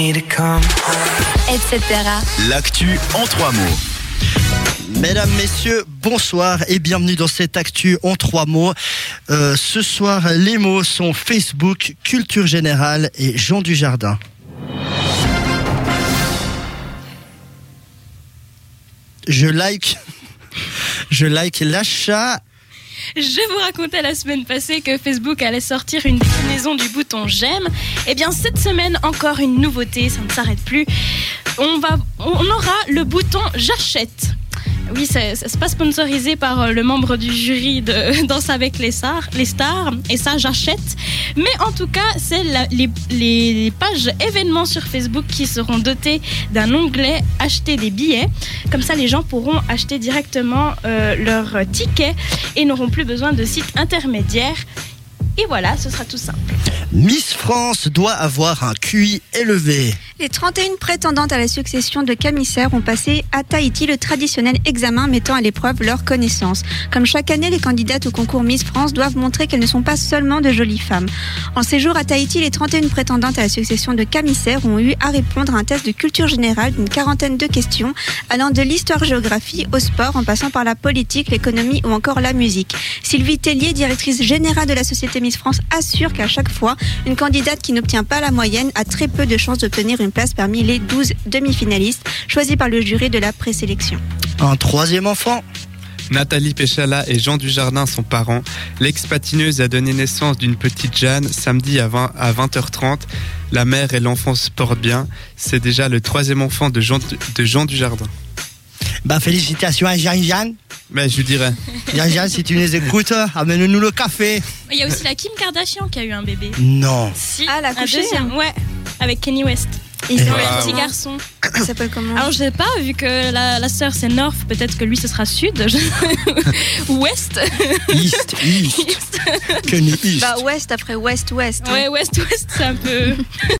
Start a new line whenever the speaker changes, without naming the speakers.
etc.
L'actu en 3 mots.
Mesdames, messieurs, bonsoir et bienvenue dans cette actu en 3 mots. Ce soir, les mots sont Facebook, culture générale et Jean Dujardin. Je like l'achat.
Je vous racontais la semaine passée que Facebook allait sortir une déclinaison du bouton j'aime. Eh bien, cette semaine, encore une nouveauté, ça ne s'arrête plus. On aura le bouton j'achète. Oui, c'est pas sponsorisé par le membre du jury de Danse avec les stars, et ça, j'achète. Mais en tout cas, c'est les pages événements sur Facebook qui seront dotées d'un onglet « Acheter des billets ». Comme ça, les gens pourront acheter directement leur ticket et n'auront plus besoin de sites intermédiaires. Et voilà, ce sera tout simple.
Miss France doit avoir un QI élevé.
Les 31 prétendantes à la succession de commissaires ont passé à Tahiti le traditionnel examen mettant à l'épreuve leurs connaissances. Comme chaque année, les candidates au concours Miss France doivent montrer qu'elles ne sont pas seulement de jolies femmes. En séjour à Tahiti, les 31 prétendantes à la succession de commissaires ont eu à répondre à un test de culture générale d'une quarantaine de questions allant de l'histoire-géographie au sport en passant par la politique, l'économie ou encore la musique. Sylvie Tellier, directrice générale de la société Miss France, assure qu'à chaque fois, une candidate qui n'obtient pas la moyenne a très peu de chances d'obtenir une place parmi les 12 demi-finalistes choisis par le jury de la présélection.
Un troisième enfant.
Nathalie Péchala et Jean Dujardin sont parents. L'ex-patineuse a donné naissance d'une petite Jeanne samedi à 20h30. La mère et l'enfant se portent bien. C'est déjà le troisième enfant de Jean Dujardin.
Félicitations à Jean-Jean.
Mais je lui dirais.
Jean-Jean, si tu nous écoutes, amène-nous le café.
Il y a aussi la Kim Kardashian qui a eu un bébé.
Non.
Si,
Ah, la
un
couchée,
deuxième, ouais, avec Kanye West.
Et
C'est
wow.
un petit garçon.
Il s'appelle comment?
Alors je sais pas, vu que la sœur c'est North, peut-être que lui ce sera Sud. Ou West.
East. Kenny East.
West après West.
Ouais, West, c'est un peu...